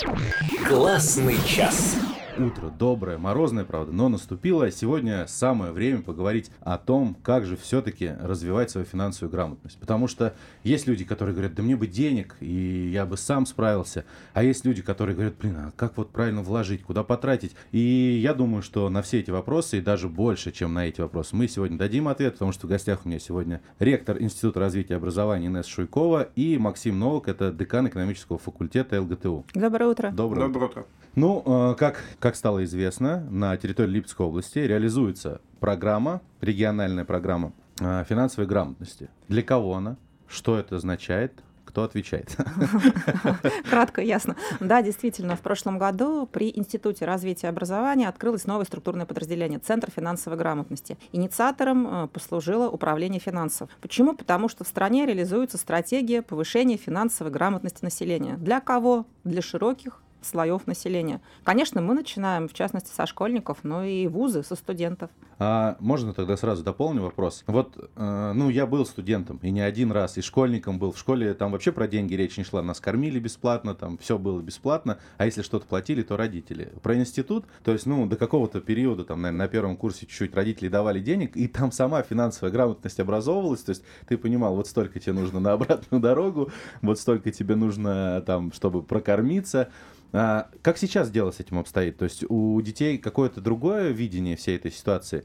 Классный час. Утро доброе, морозное, правда, но наступило. Сегодня самое время поговорить о том, как же все-таки развивать свою финансовую грамотность. Потому что есть люди, которые говорят, да мне бы денег, и я бы сам справился. А есть люди, которые говорят, а как вот правильно вложить, куда потратить? И я думаю, что на все эти вопросы, и даже больше, чем на эти вопросы, мы сегодня дадим ответ, потому что в гостях у меня сегодня ректор Института развития и образования Инесса Шуйкова и Максим Новак, это декан экономического факультета ЛГТУ. Доброе утро. Доброе утро. Ну, как стало известно, на территории Липецкой области реализуется региональная программа финансовой грамотности. Для кого она? Что это означает? Кто отвечает? Кратко, ясно. Да, действительно, в прошлом году при Институте развития и образования открылось новое структурное подразделение «Центр финансовой грамотности». Инициатором послужило управление финансов. Почему? Потому что в стране реализуется стратегия повышения финансовой грамотности населения. Для кого? Для широких слоев населения. Конечно, мы начинаем, в частности, со школьников, но и вузы, со студентов. А можно тогда сразу дополню вопрос? Вот, я был студентом, и не один раз, и школьником был. В школе там вообще про деньги речь не шла. Нас кормили бесплатно, там все было бесплатно, а если что-то платили, то родители. Про институт, то есть, до какого-то периода, там, наверное, на первом курсе чуть-чуть родители давали денег, и там сама финансовая грамотность образовывалась, то есть ты понимал, вот столько тебе нужно на обратную дорогу, вот столько тебе нужно, там, чтобы прокормиться. Как сейчас дело с этим обстоит? То есть у детей какое-то другое видение всей этой ситуации?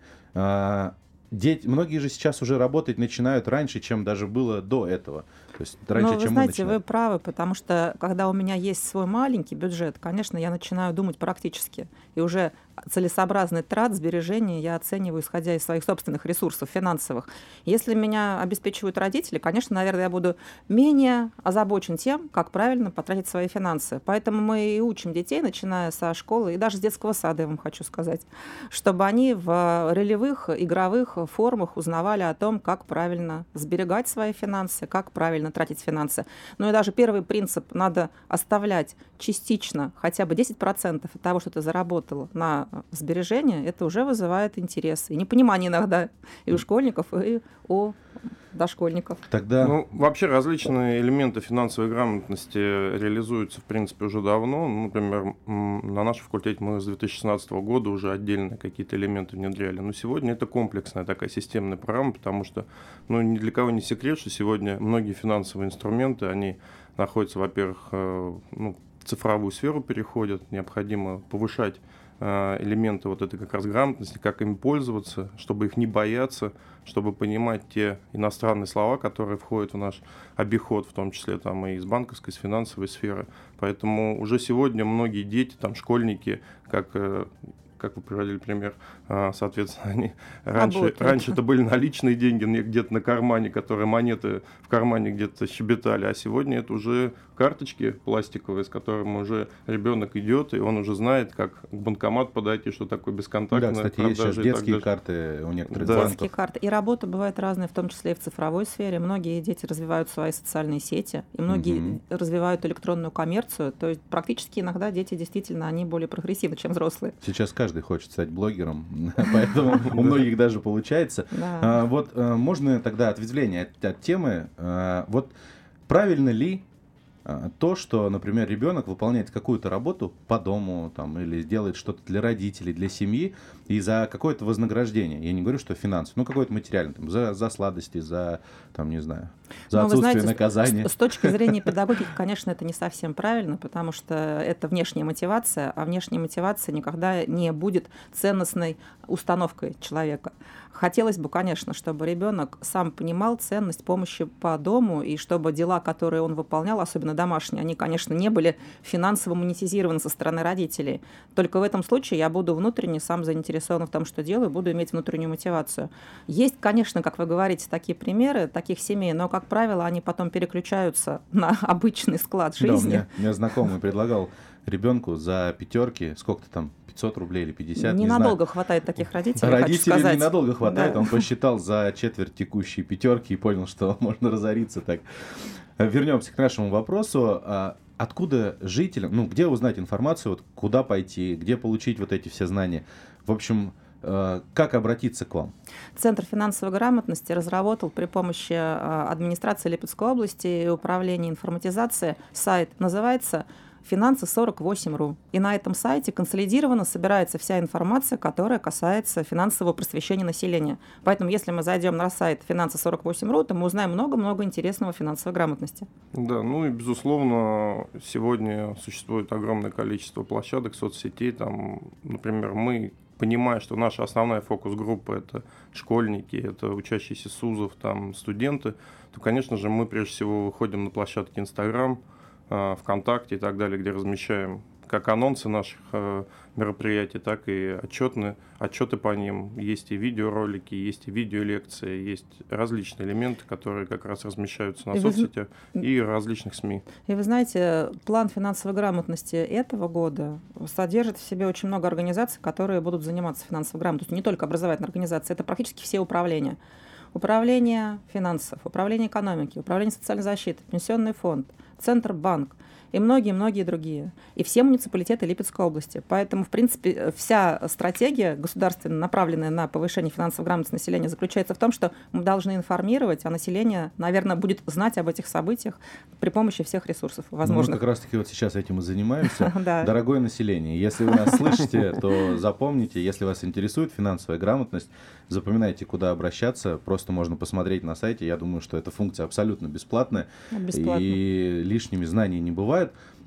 Многие же сейчас уже работать начинают раньше, чем даже было до этого. То есть раньше, вы чем знаете, мы начинали. вы правы, потому что когда у меня есть свой маленький бюджет, конечно, я начинаю думать практически. И уже целесообразный трат, сбережения я оцениваю, исходя из своих собственных ресурсов финансовых. Если меня обеспечивают родители, конечно, наверное, я буду менее озабочен тем, как правильно потратить свои финансы. Поэтому мы и учим детей, начиная со школы и даже с детского сада, я вам хочу сказать, чтобы они в ролевых, игровых формах узнавали о том, как правильно сберегать свои финансы, как правильно тратить финансы. Ну и даже первый принцип: надо оставлять частично хотя бы 10% от того, что ты заработал, на сбережения. Это уже вызывает интерес и непонимание иногда и у школьников, и у дошкольников. Тогда... Вообще различные элементы финансовой грамотности реализуются, в принципе, уже давно. Например, на нашем факультете мы с 2016 года уже отдельно какие-то элементы внедряли. Но сегодня это комплексная такая системная программа, потому что, ни для кого не секрет, что сегодня многие финансовые инструменты, они находятся, во-первых, в цифровую сферу переходят, необходимо повышать элементы вот этой как раз грамотности, как им пользоваться, чтобы их не бояться, чтобы понимать те иностранные слова, которые входят в наш обиход, в том числе там и из банковской, из финансовой сферы. Поэтому уже сегодня многие дети, там школьники, как вы приводили пример, соответственно, они раньше это были наличные деньги где-то на кармане, которые монеты в кармане где-то щебетали, а сегодня это уже карточки пластиковые, с которыми уже ребенок идет, и он уже знает, как к банкомату подойти, что такое бесконтактная продажа. Да, кстати, есть сейчас детские карты у некоторых банков. Детские карты. И работа бывает разная, в том числе и в цифровой сфере. Многие дети развивают свои социальные сети, и многие развивают электронную коммерцию. То есть практически иногда дети действительно, они более прогрессивны, чем взрослые. Сейчас каждый хочет стать блогером, поэтому у многих даже получается. Вот можно тогда ответвление от темы. Вот правильно ли то, что, например, ребенок выполняет какую-то работу по дому там, или делает что-то для родителей, для семьи, и за какое-то вознаграждение, я не говорю, что финансовое, какое-то материальное, там, за сладости, за отсутствие наказания. С точки зрения педагогики, конечно, это не совсем правильно, потому что это внешняя мотивация, а внешняя мотивация никогда не будет ценностной установкой человека. Хотелось бы, конечно, чтобы ребенок сам понимал ценность помощи по дому, и чтобы дела, которые он выполнял, особенно домашние, они, конечно, не были финансово монетизированы со стороны родителей. Только в этом случае я буду внутренне сам заинтересован в том, что делаю, буду иметь внутреннюю мотивацию. Есть, конечно, как вы говорите, такие примеры таких семей, но, как правило, они потом переключаются на обычный склад жизни. Да, у меня знакомый предлагал ребенку за пятерки, сколько-то там, 500 рублей или 50, ненадолго хватает таких родителей, Родителей ненадолго хватает, да. Он посчитал за четверть текущей пятерки и понял, что можно разориться так. Вернемся к нашему вопросу. Откуда жителям, где узнать информацию, вот, куда пойти, где получить вот эти все знания? В общем, как обратиться к вам? Центр финансовой грамотности разработал при помощи администрации Липецкой области и управления информатизации сайт, называется «Финансы48.ру». И на этом сайте консолидированно собирается вся информация, которая касается финансового просвещения населения. Поэтому, если мы зайдем на сайт «Финансы48.ру», то мы узнаем много-много интересного финансовой грамотности. Да, ну и, безусловно, сегодня существует огромное количество площадок, соцсетей. Там, например, мы, понимая, что наша основная фокус-группа – это школьники, это учащиеся СУЗов, там, студенты, то, конечно же, мы прежде всего выходим на площадки Инстаграм, ВКонтакте и так далее, где размещаем как анонсы наших мероприятий, так и отчеты по ним. Есть и видеоролики, есть и видеолекции, есть различные элементы, которые как раз размещаются на соцсетях и различных СМИ. И вы знаете, план финансовой грамотности этого года содержит в себе очень много организаций, которые будут заниматься финансовой грамотностью. Не только образовательные организации, это практически все управления. Управление финансов, управление экономики, управление социальной защиты, пенсионный фонд, Центробанк и многие-многие другие. И все муниципалитеты Липецкой области. Поэтому, в принципе, вся стратегия государственная, направленная на повышение финансовой грамотности населения, заключается в том, что мы должны информировать, а население, наверное, будет знать об этих событиях при помощи всех ресурсов возможных. Мы как раз-таки вот сейчас этим и занимаемся. Дорогое население, если вы нас слышите, то запомните, если вас интересует финансовая грамотность, запоминайте, куда обращаться. Просто можно посмотреть на сайте. Я думаю, что эта функция абсолютно бесплатная. И лишними знаний не бывает.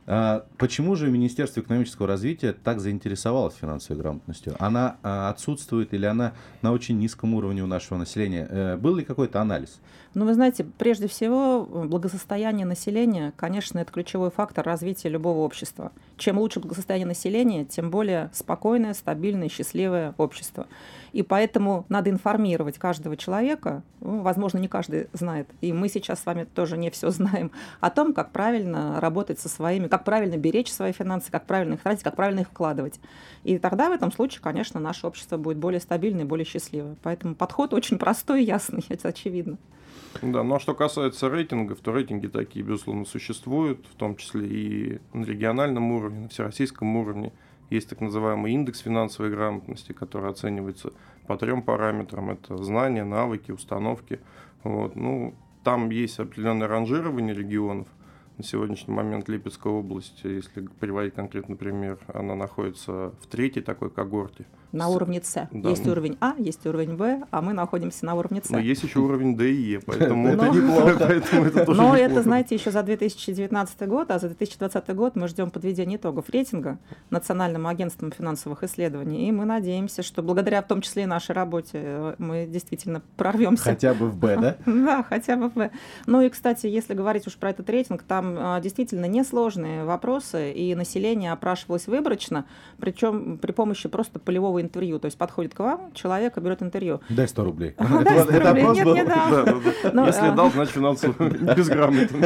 Почему же Министерство экономического развития так заинтересовалось финансовой грамотностью? Она отсутствует или она на очень низком уровне у нашего населения? Был ли какой-то анализ? Ну, вы знаете, прежде всего, благосостояние населения, конечно, это ключевой фактор развития любого общества. Чем лучше благосостояние населения, тем более спокойное, стабильное, счастливое общество. И поэтому надо информировать каждого человека, возможно, не каждый знает, и мы сейчас с вами тоже не все знаем, о том, как правильно работать со своими, как правильно беречь свои финансы, как правильно их тратить, как правильно их вкладывать. И тогда в этом случае, конечно, наше общество будет более стабильное и более счастливое. Поэтому подход очень простой и ясный, это очевидно. Да, ну а что касается рейтингов, то рейтинги такие, безусловно, существуют, в том числе и на региональном уровне, на всероссийском уровне. Есть так называемый индекс финансовой грамотности, который оценивается по 3 параметрам. Это знания, навыки, установки. Вот. Ну, там есть определенное ранжирование регионов. На сегодняшний момент Липецкая область, если приводить конкретный пример, она находится в 3-й такой когорте. На уровне С. Да. Есть уровень А, есть уровень Б, а мы находимся на уровне С. Но есть еще уровень Д и Е, поэтому это неплохо. Но это, знаете, еще за 2019 год, а за 2020 год мы ждем подведения итогов рейтинга Национальным агентством финансовых исследований, и мы надеемся, что благодаря в том числе и нашей работе мы действительно прорвемся. Хотя бы в Б, да? Да, хотя бы в Б. Ну и, кстати, если говорить уж про этот рейтинг, там действительно несложные вопросы, и население опрашивалось выборочно, причем при помощи просто полевого интервью. То есть подходит к вам человек и берет интервью. Дай 100 рублей. Дай 100 рублей. Нет, не дал. Если дал, значит финансово безграмотно.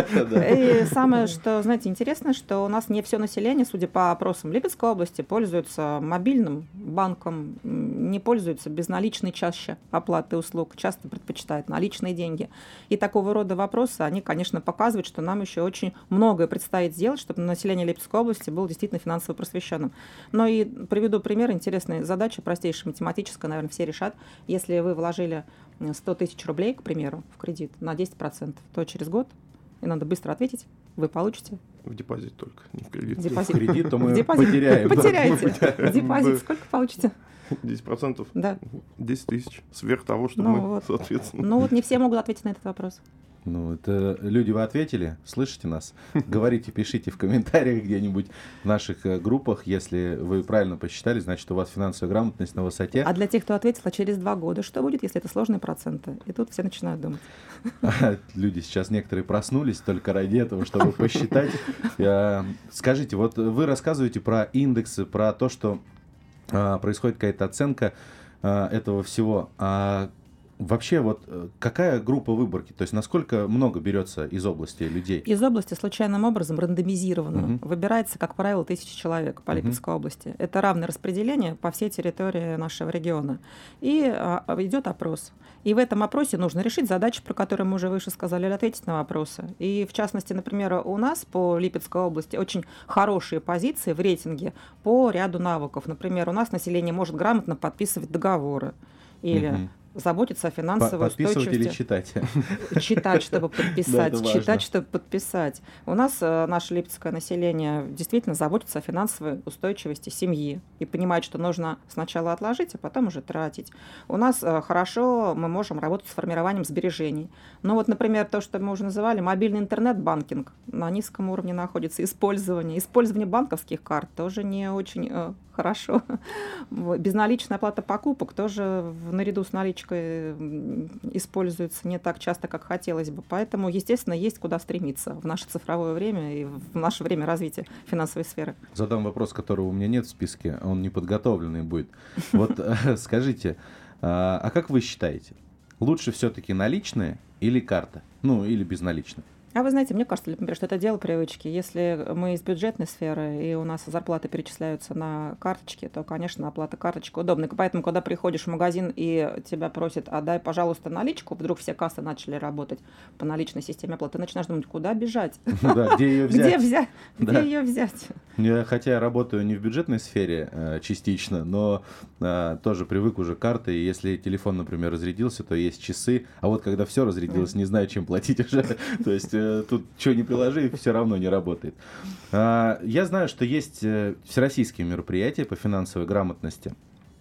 И самое, что, знаете, интересно, что у нас не все население, судя по опросам Липецкой области, пользуется мобильным банком, не пользуется безналичной чаще оплаты услуг, часто предпочитают наличные деньги. И такого рода вопросы, они, конечно, показывают, что нам еще очень многое предстоит сделать, чтобы население Липецкой области было действительно финансово просвещенным. Но и приведу пример интересной задачи, простейшая математическая, наверное, все решат. Если вы вложили 100 тысяч рублей, к примеру, в кредит на 10%, то через год, и надо быстро ответить, вы получите. В депозит только, не в кредит. В кредит, то мы потеряем. Потеряете. В депозит сколько получите? 10%? Да. 10 тысяч. Сверх того, что мы, соответственно. Ну вот не все могут ответить на этот вопрос. Ну, это люди, вы ответили? Слышите нас? Говорите, пишите в комментариях где-нибудь в наших группах. Если вы правильно посчитали, значит, у вас финансовая грамотность на высоте. А для тех, кто ответил, через 2 года, что будет, если это сложные проценты? И тут все начинают думать. Люди сейчас некоторые проснулись только ради этого, чтобы посчитать. Скажите, вот вы рассказываете про индексы, про то, что происходит какая-то оценка этого всего. Вообще, вот какая группа выборки? То есть насколько много берется из области людей? Из области случайным образом рандомизированно выбирается, как правило, 1000 человек по Липецкой области. Это равное распределение по всей территории нашего региона. И идет опрос. И в этом опросе нужно решить задачи, про которые мы уже выше сказали, или ответить на вопросы. И в частности, например, у нас по Липецкой области очень хорошие позиции в рейтинге по ряду навыков. Например, у нас население может грамотно подписывать договоры или заботиться о финансовой Подписывать или устойчивости. читать? Читать, чтобы Да, подписать, это читать, важно. чтобы подписать. У нас наше липецкое население действительно заботится о финансовой устойчивости семьи и понимает, что нужно сначала отложить, а потом уже тратить. У нас хорошо мы можем работать с формированием сбережений. Но вот, например, то, что мы уже называли, мобильный интернет-банкинг на низком уровне находится. Использование банковских карт тоже не очень хорошо. Безналичная оплата покупок тоже наряду с наличкой используется не так часто, как хотелось бы. Поэтому, естественно, есть куда стремиться в наше цифровое время и в наше время развития финансовой сферы. Задам вопрос, которого у меня нет в списке, он неподготовленный будет. Вот скажите, а как вы считаете, лучше все-таки наличные или карта? Ну, или безналичная? А вы знаете, мне кажется, например, что это дело привычки. Если мы из бюджетной сферы, и у нас зарплаты перечисляются на карточки, то, конечно, оплата карточкой удобна. И поэтому, когда приходишь в магазин и тебя просят, отдай, пожалуйста, наличку, вдруг все кассы начали работать по наличной системе оплаты, ты начинаешь думать, куда бежать? Да, где ее взять? Где ее взять? Хотя я работаю не в бюджетной сфере частично, но тоже привык уже к карте. И если телефон, например, разрядился, то есть часы. А вот когда все разрядилось, не знаю, чем платить уже. То есть тут что ни приложи, все равно не работает. Я знаю, что есть всероссийские мероприятия по финансовой грамотности.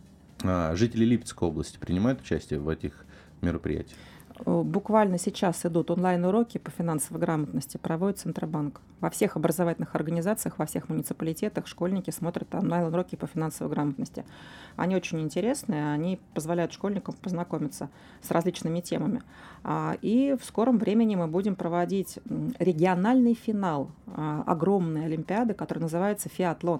Жители Липецкой области принимают участие в этих мероприятиях? Буквально сейчас идут онлайн-уроки по финансовой грамотности, проводит Центробанк. Во всех образовательных организациях, во всех муниципалитетах школьники смотрят онлайн-уроки по финансовой грамотности. Они очень интересные, они позволяют школьникам познакомиться с различными темами. И в скором времени мы будем проводить региональный финал огромной олимпиады, которая называется «Фиатлон».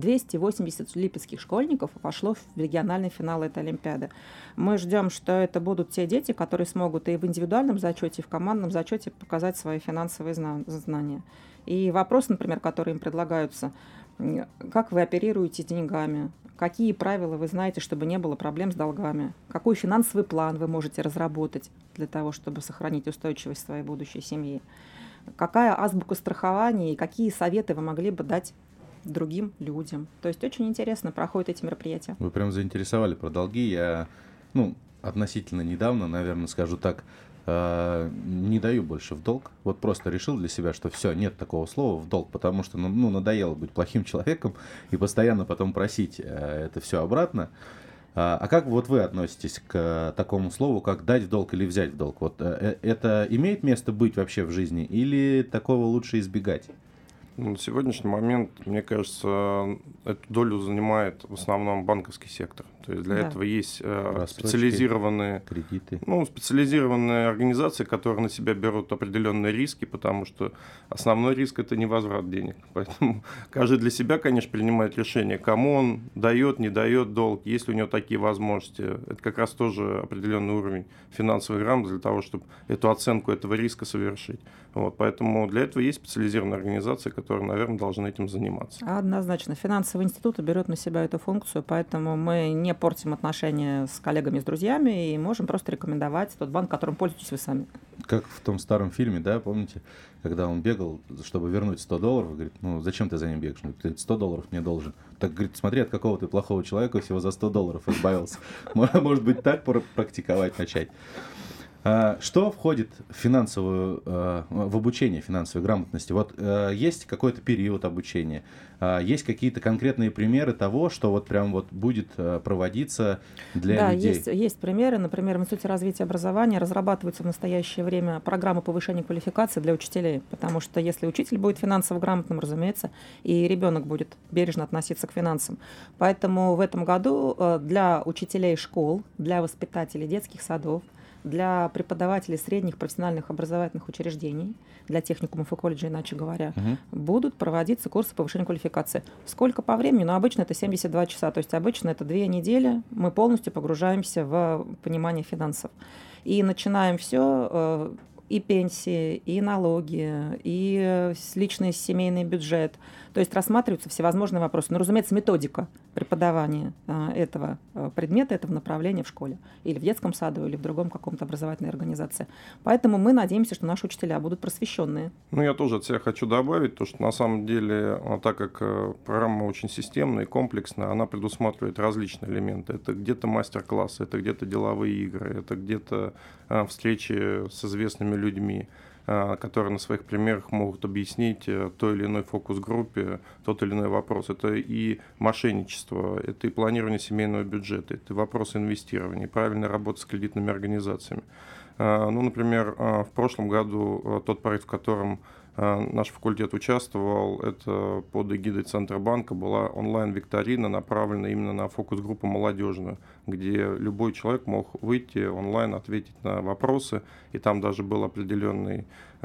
280 липецких школьников вошло в региональный финал этой олимпиады. Мы ждем, что это будут те дети, которые смогут и в индивидуальном зачете, и в командном зачете показать свои финансовые знания. И вопросы, например, которые им предлагаются: как вы оперируете деньгами, какие правила вы знаете, чтобы не было проблем с долгами, какой финансовый план вы можете разработать для того, чтобы сохранить устойчивость своей будущей семьи, какая азбука страхования и какие советы вы могли бы дать другим людям. То есть очень интересно проходят эти мероприятия. Вы прям заинтересовали про долги. Я, относительно недавно, наверное, скажу так, не даю больше в долг. Вот просто решил для себя, что все, нет такого слова в долг, потому что надоело быть плохим человеком и постоянно потом просить это все обратно. А как вот вы относитесь к такому слову, как дать в долг или взять в долг? Вот это имеет место быть вообще в жизни или такого лучше избегать? На сегодняшний момент, мне кажется, эту долю занимает в основном банковский сектор. То есть для этого есть специализированные организации, которые на себя берут определенные риски, потому что основной риск — это невозврат денег. Поэтому каждый для себя, конечно, принимает решение, кому он дает, не дает долг, есть ли у него такие возможности. Это как раз тоже определенный уровень финансовой грамотности для того, чтобы эту оценку этого риска совершить. Поэтому для этого есть специализированные организации, которые, наверное, должны этим заниматься. Однозначно. Финансовый институт берет на себя эту функцию, поэтому мы не портим отношения с коллегами, с друзьями и можем просто рекомендовать тот банк, которым пользуетесь вы сами. Как в том старом фильме, да, помните, когда он бегал, чтобы вернуть $100, говорит, зачем ты за ним бегаешь? Он говорит, $100 мне должен. Так, говорит, смотри, от какого ты плохого человека всего за $100 избавился. Может быть, так практиковать начать. Что входит в обучение финансовой грамотности? Вот есть какой-то период обучения, есть какие-то конкретные примеры того, что вот прям вот будет проводиться для людей? Да, есть примеры. Например, в Институте развития образования разрабатываются в настоящее время программы повышения квалификации для учителей, потому что если учитель будет финансово грамотным, разумеется, и ребенок будет бережно относиться к финансам. Поэтому в этом году для учителей школ, для воспитателей детских садов, для преподавателей средних профессиональных образовательных учреждений, для техникумов и колледжей, иначе говоря, будут проводиться курсы повышения квалификации. Сколько по времени? Обычно это 72 часа, то есть обычно это 2 недели, мы полностью погружаемся в понимание финансов. И начинаем все, и пенсии, и налоги, и личный семейный бюджет, То есть рассматриваются всевозможные вопросы. Но, разумеется, методика преподавания этого предмета, этого направления в школе или в детском саду, или в другом каком-то образовательной организации. Поэтому мы надеемся, что наши учителя будут просвещенные. Ну, я тоже от себя хочу добавить, то, что на самом деле, так как программа очень системная и комплексная, она предусматривает различные элементы. Это где-то мастер-классы, это где-то деловые игры, это где-то встречи с известными людьми, которые на своих примерах могут объяснить той или иной фокус-группе тот или иной вопрос. Это и мошенничество, это и планирование семейного бюджета, это и вопросы инвестирования, и правильная работа с кредитными организациями. Ну, например, в прошлом году тот проект, в котором наш факультет участвовал, это под эгидой Центробанка была онлайн-викторина, направленная именно на фокус-группу молодежную, где любой человек мог выйти онлайн, ответить на вопросы, и там даже был определенный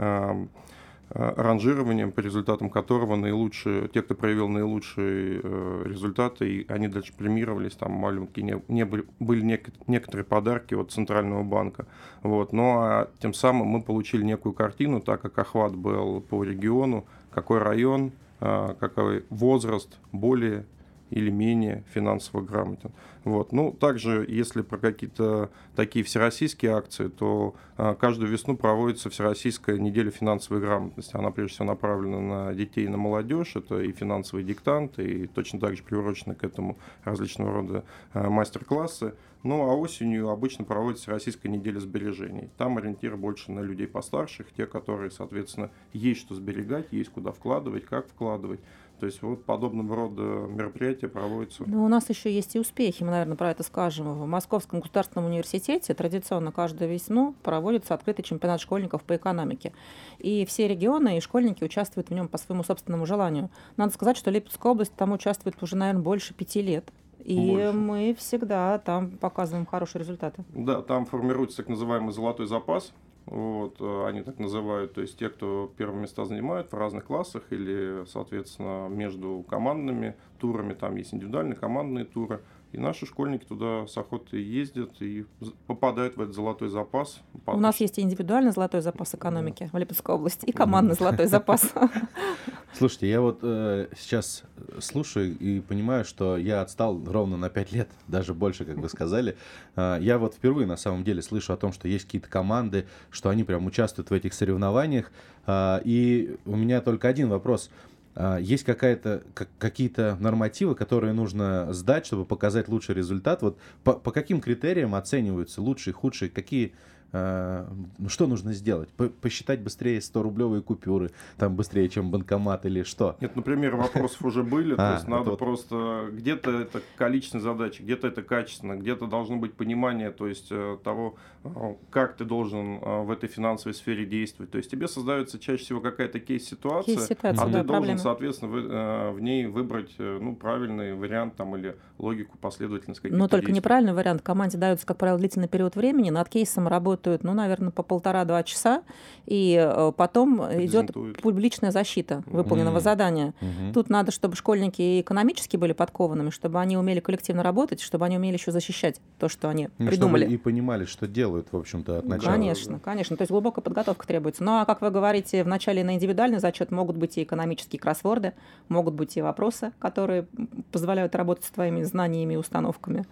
ранжированием, по результатам которого наилучшие, те, кто проявил наилучшие результаты, и они дальше премировались, там маленькие были некоторые подарки от Центрального банка. Вот. Ну а тем самым мы получили некую картину, так как охват был по региону, какой район, какой возраст более или менее финансово грамотен. Вот. Ну, также, если про какие-то такие всероссийские акции, то каждую весну проводится Всероссийская неделя финансовой грамотности. Она, прежде всего, направлена на детей и на молодежь. Это и финансовые диктанты, и точно так же приурочены к этому различного рода мастер-классы. Ну, а осенью обычно проводится Всероссийская неделя сбережений. Там ориентир больше на людей постарше, те, которые, соответственно, есть что сберегать, есть куда вкладывать, как вкладывать. То есть вот подобного рода мероприятия проводятся. Но у нас еще есть и успехи, мы, наверное, про это скажем. В Московском государственном университете традиционно каждую весну проводится открытый чемпионат школьников по экономике. И все регионы и школьники участвуют в нем по своему собственному желанию. Надо сказать, что Липецкая область там участвует уже, наверное, больше 5 лет. И Больше. мы всегда там показываем хорошие результаты. Да, там формируется так называемый золотой запас. Вот, они так называют, то есть те, кто первые места занимают в разных классах или, соответственно, между командными турами, там есть индивидуальные командные туры. И наши школьники туда с охотой ездят и попадают в этот золотой запас. У нас есть и индивидуальный золотой запас экономики в Липецкой области, и командный золотой запас. Слушайте, я вот сейчас слушаю и понимаю, что я отстал ровно на 5 лет, даже больше, как вы сказали. Я вот впервые на самом деле слышу о том, что есть какие-то команды, что они прям участвуют в этих соревнованиях. И у меня только один вопрос. Есть какие-то нормативы, которые нужно сдать, чтобы показать лучший результат? Вот по каким критериям оцениваются лучшие, худшие? Что нужно сделать? Посчитать быстрее 100-рублевые купюры, там быстрее, чем банкомат или что? Нет, например, вопросов уже были, то есть надо вот. просто где-то это количественные задачи, где-то это качественно, где-то должно быть понимание, то есть того, как ты должен в этой финансовой сфере действовать. То есть тебе создается чаще всего какая-то кейс-ситуация, а ты должен, соответственно, в ней выбрать правильный вариант там, или логику, последовательность каких-то Но только действий. неправильный вариант. Команде дается, как правило, длительный период времени, над кейсом работают, наверное, по 1,5-2 часа, и потом идет публичная защита выполненного задания. Тут надо, чтобы школьники и экономически были подкованными, чтобы они умели коллективно работать, чтобы они умели еще защищать то, что они придумали. Чтобы и понимали, что делают, в общем-то, от начала. Конечно, конечно. То есть глубокая подготовка требуется. Ну, а как вы говорите, вначале на индивидуальный зачет могут быть и экономические кроссворды, могут быть и вопросы, которые позволяют работать с твоими знаниями и установками.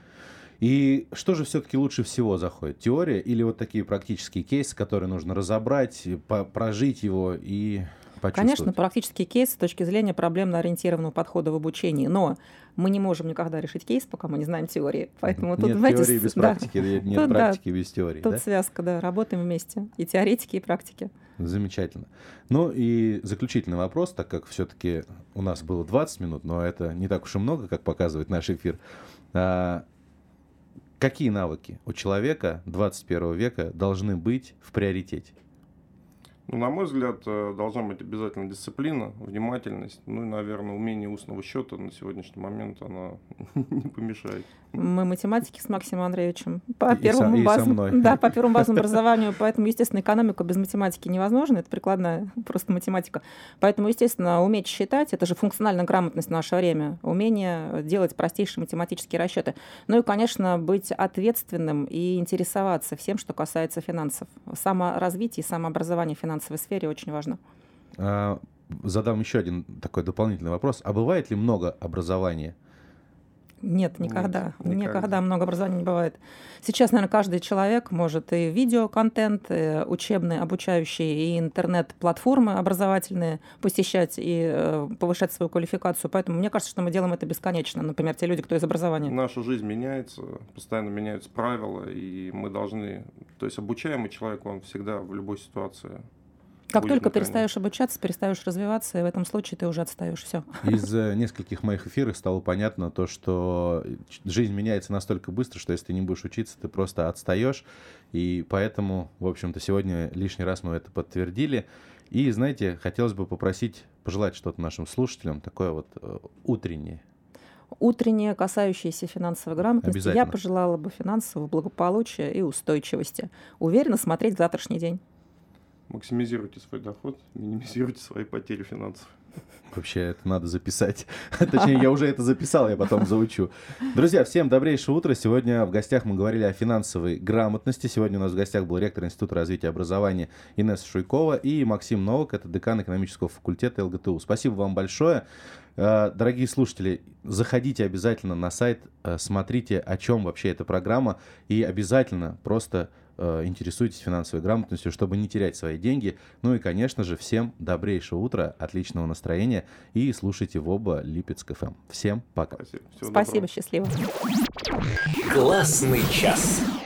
И что же все-таки лучше всего заходит? Теория или вот такие практические кейсы, которые нужно разобрать, прожить его и почувствовать? Конечно, практический кейс с точки зрения проблемно-ориентированного подхода в обучении. Но мы не можем никогда решить кейс, пока мы не знаем теории. Поэтому тут, нет теории без практики, нет практики без теории. Тут связка, да, работаем вместе. И теоретики, и практики. Замечательно. Ну и заключительный вопрос, так как все-таки у нас было 20 минут, но это не так уж и много, как показывает наш эфир. Какие навыки у человека 21 века должны быть в приоритете? На мой взгляд, должна быть обязательно дисциплина, внимательность, и, наверное, умение устного счета на сегодняшний момент она не помешает. Мы математики с Максимом Андреевичем по первому базовому образованию, поэтому, естественно, экономику без математики невозможно, это прикладная просто математика. Поэтому, естественно, уметь считать, это же функциональная грамотность в наше время, умение делать простейшие математические расчеты. Ну и, конечно, быть ответственным и интересоваться всем, что касается финансов. Саморазвитие и самообразование в финансовой сфере очень важно. задам еще один такой дополнительный вопрос. А бывает ли много образования? Нет, никогда. Нет, Никогда много образования не бывает. Сейчас, наверное, каждый человек может и видеоконтент, и учебный, обучающий, и интернет-платформы образовательные посещать и повышать свою квалификацию. Поэтому мне кажется, что мы делаем это бесконечно. Например, те люди, кто из образования. Наша жизнь меняется, постоянно меняются правила, и мы должны... То есть обучаемый человек, он всегда в любой ситуации... Как будет только на коне. перестаешь обучаться, перестаешь развиваться, и в этом случае ты уже отстаешь. Все. Из нескольких моих эфиров стало понятно то, что жизнь меняется настолько быстро, что если ты не будешь учиться, ты просто отстаешь. И поэтому, в общем-то, сегодня лишний раз мы это подтвердили. И, знаете, хотелось бы пожелать что-то нашим слушателям, такое вот утреннее. Утреннее, касающееся финансовой грамотности, я Обязательно. пожелала бы финансового благополучия и устойчивости. Уверенно смотреть в завтрашний день. Максимизируйте свой доход, минимизируйте свои потери финансовые. Вообще, это надо записать. Точнее, я уже это записал, я потом заучу. Друзья, всем добрейшего утра. Сегодня в гостях мы говорили о финансовой грамотности. Сегодня у нас в гостях был ректор Института развития образования Инесса Шуйкова и Максим Новак, это декан экономического факультета ЛГТУ. Спасибо вам большое. Дорогие слушатели, заходите обязательно на сайт, смотрите, о чем вообще эта программа, и обязательно просто интересуйтесь финансовой грамотностью, чтобы не терять свои деньги. Ну и, конечно же, всем добрейшего утра, отличного настроения и слушайте ВОБА Липецк ФМ. Всем пока. Спасибо. Всего Спасибо, доброго. счастливо. Классный час.